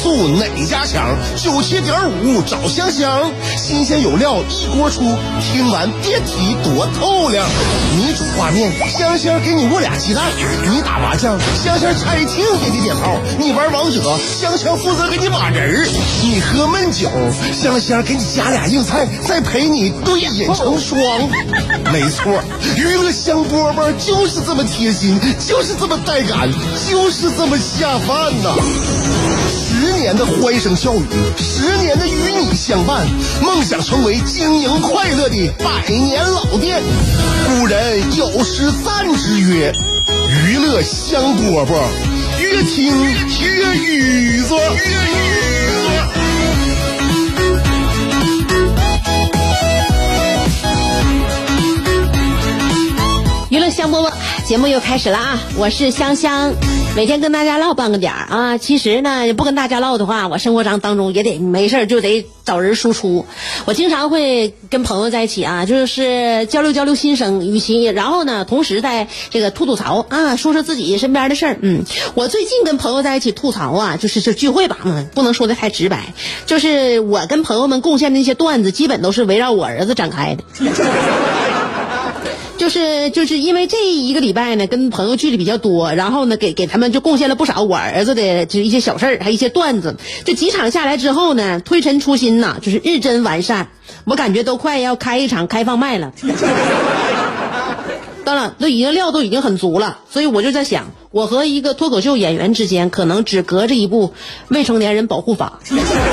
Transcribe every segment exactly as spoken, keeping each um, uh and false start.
醋哪家强？九七点五找香香，新鲜有料一锅出，听完别提多透亮。你煮画面，香香给你握俩鸡蛋；你打麻将，香香拆听给你点炮；你玩王者，香香负责给你码人儿；你喝闷酒，香香给你加俩硬菜，再陪你对饮成双。没错，娱乐香饽饽就是这么贴心，就是这么带感，就是这么下饭呐、啊！十年的欢声笑语，十年的与你相伴，梦想成为经营快乐的百年老店。古人有诗赞之曰：娱乐香饽饽，越听越雨子。 娱乐香饽饽节目又开始了啊！我是香香，每天跟大家唠半个点儿啊。其实呢，不跟大家唠的话，我生活当中也得没事就得找人输出。我经常会跟朋友在一起啊，就是交流交流心声，与其然后呢，同时在这个吐吐槽啊，说说自己身边的事儿。嗯，我最近跟朋友在一起吐槽啊，就是就聚会吧，嗯，不能说的太直白，就是我跟朋友们贡献的那些段子，基本都是围绕我儿子展开的。就是就是因为这一个礼拜呢，跟朋友聚的比较多，然后呢，给给他们就贡献了不少我儿子的就是一些小事儿，还有一些段子。就几场下来之后呢，推陈出新呐，就是日臻完善。我感觉都快要开一场开放麦了。当然，都已经料都已经很足了，所以我就在想，我和一个脱口秀演员之间，可能只隔着一部《未成年人保护法》。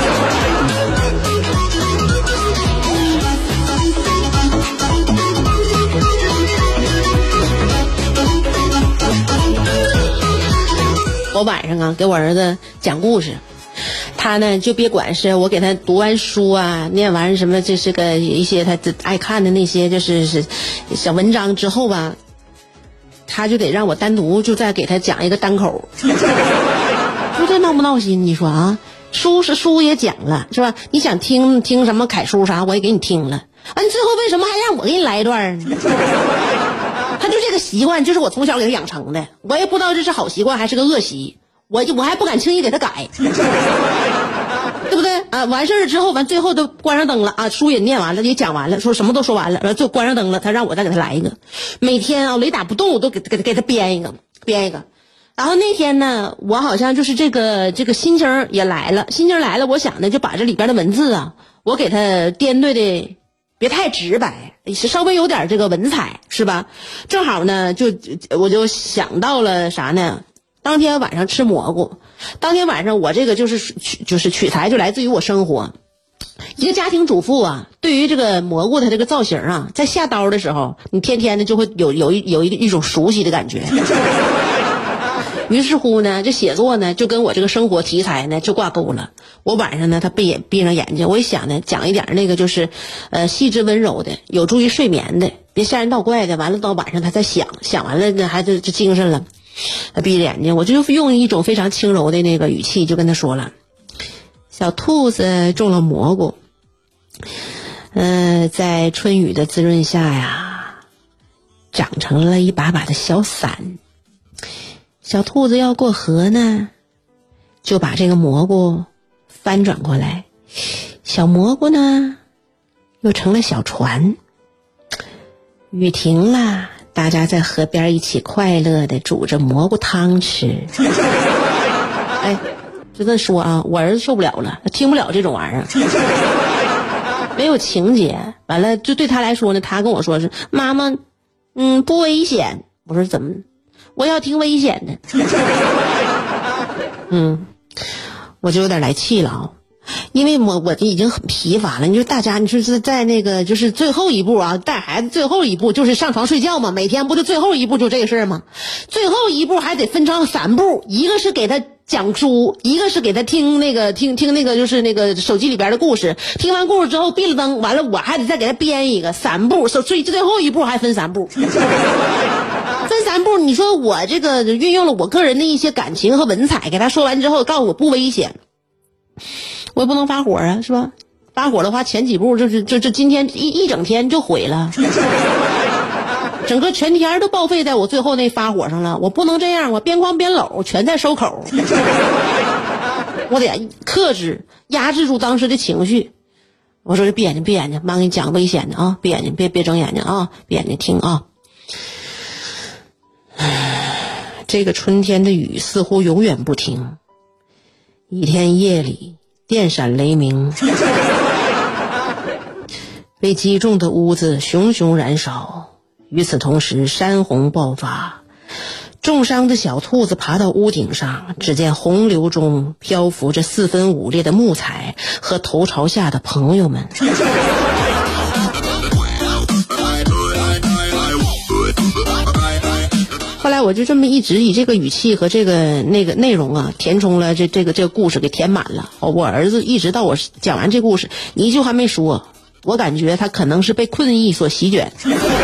我晚上啊给我儿子讲故事，他呢就别管是我给他读完书啊，念完什么这是个一些他爱看的那些就是是小文章之后吧，他就得让我单独就再给他讲一个单口。说这闹不闹心？你说啊，书是书也讲了是吧？你想听听什么楷书啥我也给你听了啊，你最后为什么还让我给你来一段呢？他就这个习惯，就是我从小给他养成的，我也不知道这是好习惯还是个恶习，我我还不敢轻易给他改，对不对啊？完事儿之后，完最后都关上灯了啊，书也念完了，也讲完了，说什么都说完了，然后就关上灯了，他让我再给他来一个，每天啊雷打不动我都给给给他编一个编一个。然后那天呢，我好像就是这个这个心情也来了，心情来了，我想呢就把这里边的文字啊，我给他颠对的别太直白，稍微有点这个文采是吧？正好呢就我就想到了啥呢，当天晚上吃蘑菇，当天晚上我这个就是取就是取材就来自于我生活。一个家庭主妇啊，对于这个蘑菇它这个造型啊，在下刀的时候你天天的就会有有一有一一种熟悉的感觉。于是乎呢，这写作呢就跟我这个生活题材呢就挂钩了。我晚上呢，他闭眼闭上眼睛，我一想呢，讲一点那个就是，呃，细致温柔的，有助于睡眠的，别吓人闹怪的。完了到晚上他再想，想完了呢，还就就精神了。他闭着眼睛，我就用一种非常轻柔的那个语气就跟他说了：“小兔子种了蘑菇，呃，在春雨的滋润下呀，长成了一把把的小伞。小兔子要过河呢，就把这个蘑菇翻转过来，小蘑菇呢又成了小船。雨停了，大家在河边一起快乐的煮着蘑菇汤吃。”哎，就这说啊，我儿子受不了了，他听不了这种玩意儿，没有情节。完了就对他来说呢，他跟我说是妈妈嗯不危险。我说怎么我要挺危险的。嗯，我就有点来气了啊，因为我我已经很疲乏了。你说大家，你说是在那个就是最后一步啊，带孩子最后一步就是上床睡觉嘛，每天不就最后一步就这个事儿吗？最后一步还得分成三步，一个是给他讲书，一个是给他听那个听听那个就是那个手机里边的故事，听完故事之后闭了灯，完了我还得再给他编一个三步，所以最后一步还分三步。分三步，你说我这个运用了我个人的一些感情和文采，给他说完之后告诉我不危险，我也不能发火啊，是吧？发火的话前几步就是就就今天一一整天就毁了，整个全天都报废在我最后那发火上了。我不能这样，我边框边搂全在收口。 我得克制压制住当时的情绪。我说闭眼睛闭眼睛，妈给你讲危险的啊，闭眼睛别别睁眼睛啊，闭眼睛听啊。这个春天的雨似乎永远不停，一天夜里电闪雷鸣，被击中的屋子熊熊燃烧，与此同时山洪爆发，重伤的小兔子爬到屋顶上，只见洪流中漂浮着四分五裂的木材和头朝下的朋友们。后来我就这么一直以这个语气和这个那个内容啊，填充了这这个这个故事给填满了。我儿子一直到我讲完这故事一句话没说，我感觉他可能是被困意所席卷。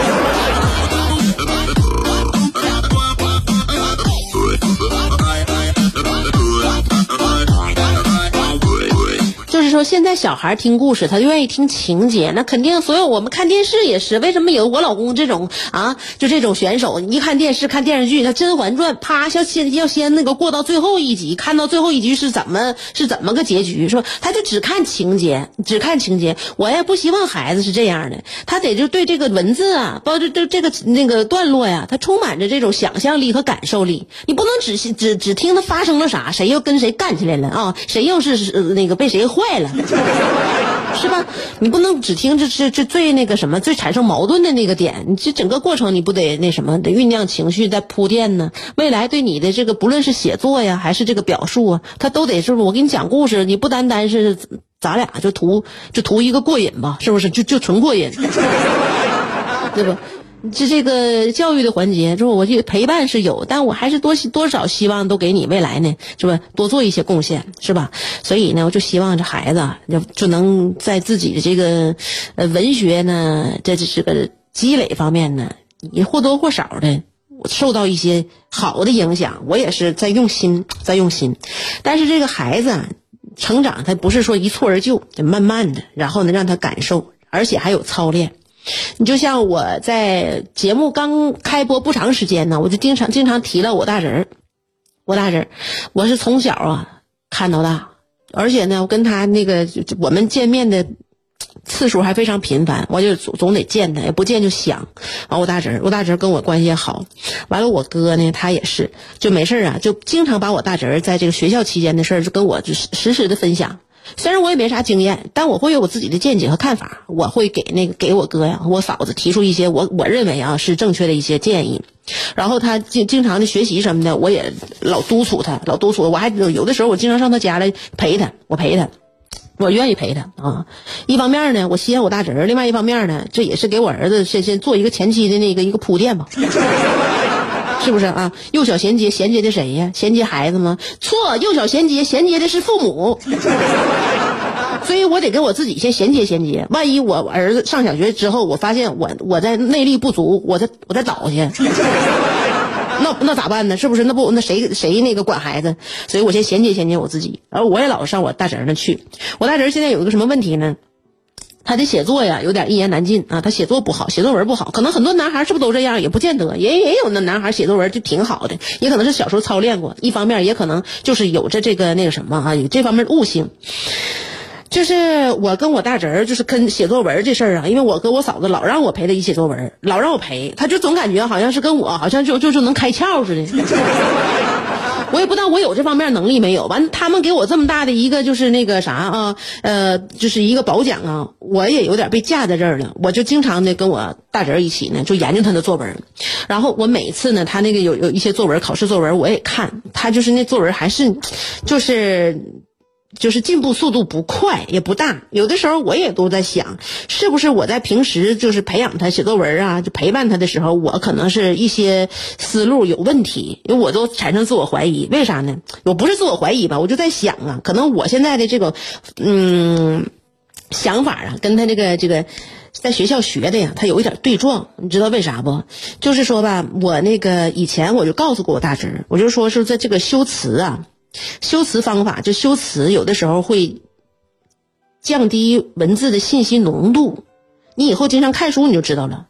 就是说现在小孩听故事他就愿意听情节，那肯定所有我们看电视也是，为什么有我老公这种啊就这种选手，一看电视看电视剧，他甄嬛传啪要先要先那个过到最后一集，看到最后一集是怎么是怎么个结局，说他就只看情节只看情节。我也不希望孩子是这样的，他得就对这个文字啊包括这这个那个段落呀，他充满着这种想象力和感受力。你不能只只只听他发生了啥，谁又跟谁干起来了啊，谁又是、呃、那个被谁坏了是吧？你不能只听这这这最那个什么最产生矛盾的那个点，你这整个过程你不得那什么得酝酿情绪在铺垫呢？未来对你的这个不论是写作呀还是这个表述啊，它都得是不是？我给你讲故事，你不单单是咱俩就图就图一个过瘾吧，是不是？就就纯过瘾，对吧？这这个教育的环节，就是我觉得陪伴是有，但我还是多多少希望都给你未来呢，是吧？多做一些贡献，是吧？所以呢，我就希望这孩子就就能在自己的这个呃文学呢，在这个积累方面呢，也或多或少的受到一些好的影响。我也是在用心，在用心。但是这个孩子啊，成长他不是说一蹴而就，得慢慢的，然后呢让他感受，而且还有操练。你就像我在节目刚开播不长时间呢，我就经常经常提到我大侄儿，我大侄儿，我是从小啊看到大，而且呢，我跟他那个我们见面的次数还非常频繁，我就总总得见他，也不见就想。完我大侄儿，我大侄儿跟我关系也好，完了我哥呢，他也是，就没事啊，就经常把我大侄儿在这个学校期间的事儿就跟我就实时的分享。虽然我也没啥经验，但我会有我自己的见解和看法，我会给那个给我哥呀、我嫂子提出一些我我认为啊是正确的一些建议。然后他经经常的学习什么的，我也老督促他，老督促。我还有的时候我经常上他家来陪他，我陪他，我愿意陪他啊。一方面呢，我稀罕我大侄儿；另外一方面呢，这也是给我儿子先先做一个前期的那个一个铺垫吧。是不是啊？幼小衔接，衔接的谁呀？衔接孩子吗？错，幼小衔接，衔接的是父母。所以我得跟我自己先衔接衔接。万一我儿子上小学之后，我发现我我在内力不足，我再我再倒下，那那咋办呢？是不是？那不那谁谁那个管孩子？所以我先衔接衔接我自己。而我也老上我大侄儿那去。我大侄儿现在有一个什么问题呢？他的写作呀有点一言难尽啊，他写作不好，写作文不好。可能很多男孩是不是都这样？也不见得，也也有那男孩写作文就挺好的，也可能是小时候操练过。一方面也可能就是有着这个那个什么啊，有这方面的悟性。就是我跟我大侄儿就是跟写作文这事儿啊，因为我跟我嫂子老让我陪他一起写作文，老让我陪，他就总感觉好像是跟我好像就就就能开窍似的。我也不知道我有这方面能力没有，完他们给我这么大的一个就是那个啥啊，呃，就是一个褒奖啊，我也有点被架在这儿了。我就经常的跟我大侄儿一起呢，就研究他的作文。然后我每次呢，他那个有有一些作文考试作文我也看，他就是那作文还是就是就是进步速度不快也不大。有的时候我也都在想，是不是我在平时就是培养他写作文啊，就陪伴他的时候，我可能是一些思路有问题，因为我都产生自我怀疑。为啥呢？我不是自我怀疑吧，我就在想啊，可能我现在的这个嗯想法啊，跟他这个这个在学校学的呀，他有一点对撞。你知道为啥不？就是说吧，我那个以前我就告诉过我大侄，我就说是在这个修辞啊，修辞方法，就修辞有的时候会降低文字的信息浓度。你以后经常看书你就知道了，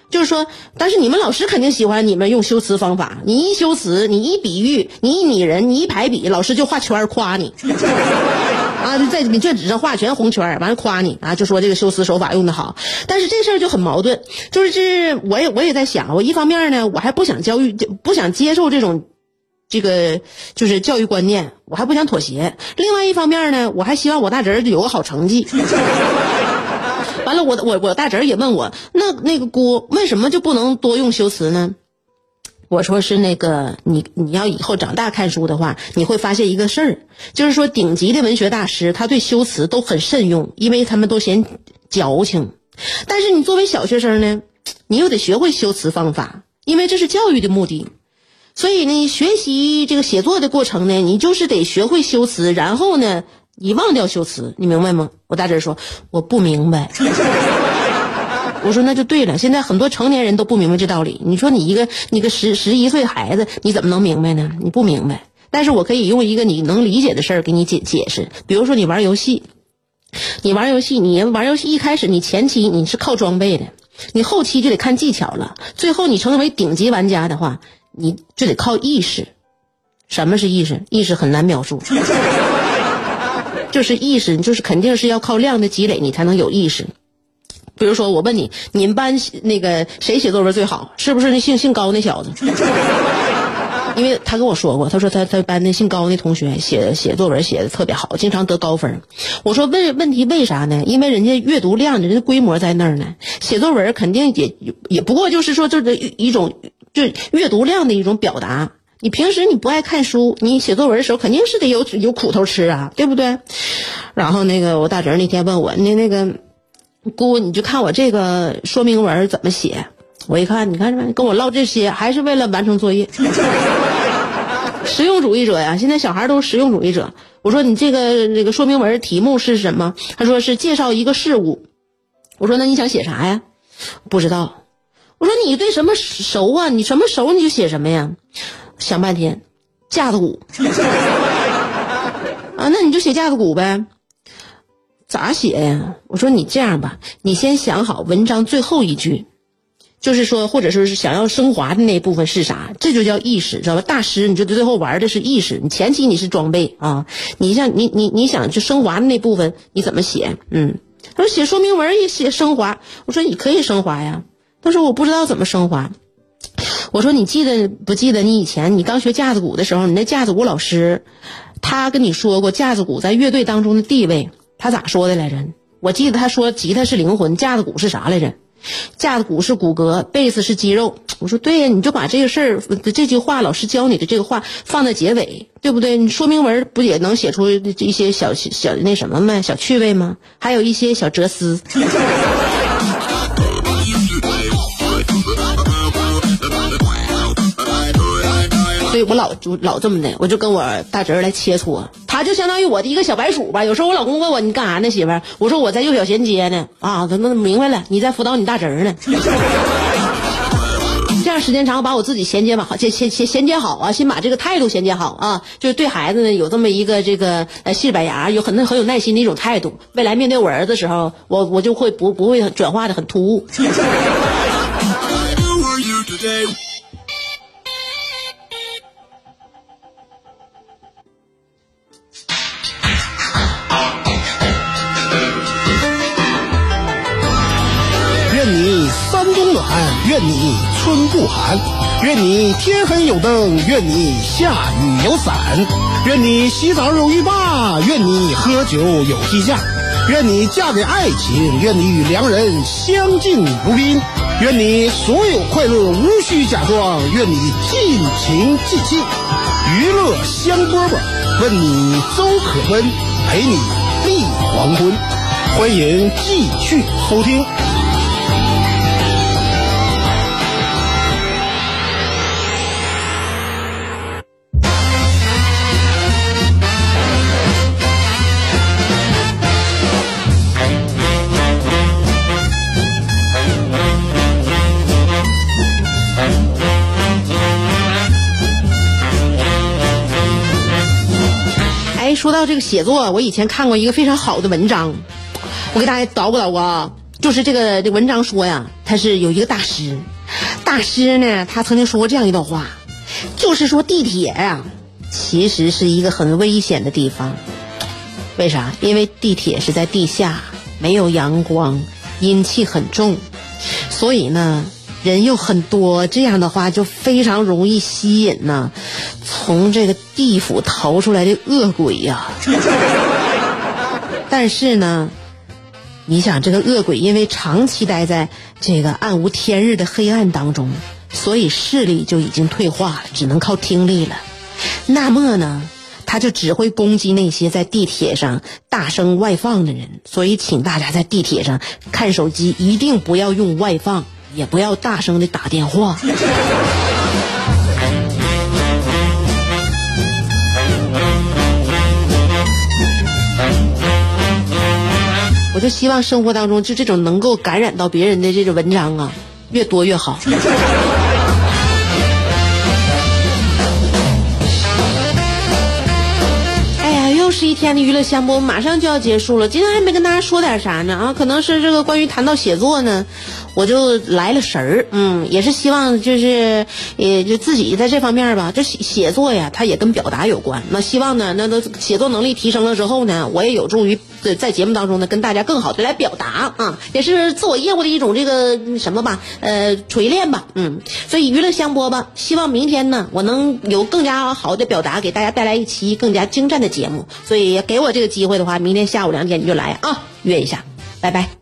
就是说，但是你们老师肯定喜欢你们用修辞方法，你一修辞，你一比喻，你一拟人，你一排比，老师就画圈夸你啊，就在你卷纸上画全红圈，完了夸你啊，就说这个修辞手法用得好。但是这事儿就很矛盾，就是这我也我也在想，我一方面呢，我还不想教育，不想接受这种这个就是教育观念，我还不想妥协。另外一方面呢，我还希望我大侄儿有个好成绩。完了，我我我大侄儿也问我，那那个姑为什么就不能多用修辞呢？我说是那个你你要以后长大看书的话，你会发现一个事儿，就是说顶级的文学大师他对修辞都很慎用，因为他们都嫌矫情。但是你作为小学生呢，你又得学会修辞方法，因为这是教育的目的。所以呢，学习这个写作的过程呢，你就是得学会修辞，然后呢你忘掉修辞，你明白吗？我大侄儿说我不明白。我说那就对了，现在很多成年人都不明白这道理。你说你一个你个十十一岁孩子，你怎么能明白呢？你不明白。但是我可以用一个你能理解的事儿给你解解释。比如说你玩游戏，你玩游戏，你玩游戏一开始你前期你是靠装备的，你后期就得看技巧了。最后你成为顶级玩家的话，你就得靠意识。什么是意识？意识很难描述。就是意识，就是肯定是要靠量的积累，你才能有意识。比如说我问你，你们班那个谁写作文最好？是不是那姓姓高那小子？因为他跟我说过，他说他他班那姓高那同学写写作文写的特别好，经常得高分。我说问问题为啥呢？因为人家阅读量人家规模在那儿呢，写作文肯定也也不过就是说这是一种就阅读量的一种表达。你平时你不爱看书，你写作文的时候肯定是得有有苦头吃啊，对不对？然后那个我大侄儿那天问我，那那个姑，你就看我这个说明文怎么写？我一看，你看什么？跟我唠这些还是为了完成作业。实用主义者呀，现在小孩都是实用主义者。我说你这个这个说明文题目是什么？他说是介绍一个事物。我说那你想写啥呀？不知道。我说你对什么熟啊？你什么熟你就写什么呀？想半天，架子鼓。啊，那你就写架子鼓呗。咋写呀？我说你这样吧，你先想好文章最后一句，就是说或者说是想要升华的那一部分是啥，这就叫意识，知道吧？大师你就最后玩的是意识，你前期你是装备啊，你像你你你想就升华的那部分你怎么写？嗯，他说写说明文也写升华，我说你可以升华呀，他说我不知道怎么升华。我说你记得不记得你以前你刚学架子鼓的时候，你那架子鼓老师他跟你说过架子鼓在乐队当中的地位，他咋说的来着？我记得他说吉他是灵魂，架子鼓是啥来着？架子鼓是骨骼，贝斯是肌肉。我说对呀，你就把这个事儿这句话老师教你的这个话放在结尾，对不对？你说明文不也能写出一些小小那什么吗？小趣味吗？还有一些小哲思。所以我老就老这么的，我就跟我大侄儿来切磋，他就相当于我的一个小白鼠吧。有时候我老公问我你干啥呢媳妇儿，我说我在幼小衔接呢。啊，他那明白了，你在辅导你大侄儿呢。这样时间长把我自己衔接好，衔衔衔接好啊，先把这个态度衔接好啊，就是对孩子呢有这么一个这个呃细板牙，有很很有耐心的一种态度。未来面对我儿子的时候，我我就会不不会转化的很突兀。 愿你三冬暖，愿你春不寒，愿你天黑有灯，愿你下雨有伞，愿你洗澡有浴霸，愿你喝酒有批假，愿你嫁给爱情，愿你与良人相敬如宾，愿你所有快乐无需假装，愿你尽情尽兴，娱乐香饽饽，问你粥可温，陪你立黄昏。欢迎继续收听。 说到这个写作，我以前看过一个非常好的文章，我给大家捣鼓捣鼓啊。 就是这个这文章说呀，他是有一个大师，大师呢，他曾经说过这样一段话，就是说地铁呀，其实是一个很危险的地方。为啥？因为地铁是在地下，没有阳光，阴气很重，所以呢，人又很多，这样的话就非常容易吸引呢，从这个地府逃出来的恶鬼呀。但是呢，你想这个恶鬼因为长期待在这个暗无天日的黑暗当中，所以视力就已经退化了，只能靠听力了。那么呢，他就只会攻击那些在地铁上大声外放的人。所以请大家在地铁上看手机一定不要用外放，也不要大声的打电话。我就希望生活当中就这种能够感染到别人的这种文章啊，越多越好。哎呀，又是一天的娱乐香饽，马上就要结束了。今天还没跟大家说点啥呢啊？可能是这个关于谈到写作呢，我就来了神儿。嗯，也是希望就是也就自己在这方面吧，这写作呀，它也跟表达有关。那希望呢，那都写作能力提升了之后呢，我也有助于在节目当中呢跟大家更好的来表达啊，也是自我业务的一种这个什么吧，呃，锤炼吧。嗯，所以娱乐香饽吧，希望明天呢我能有更加好的表达，给大家带来一期更加精湛的节目。所以给我这个机会的话，明天下午两点你就来啊，约一下，拜拜。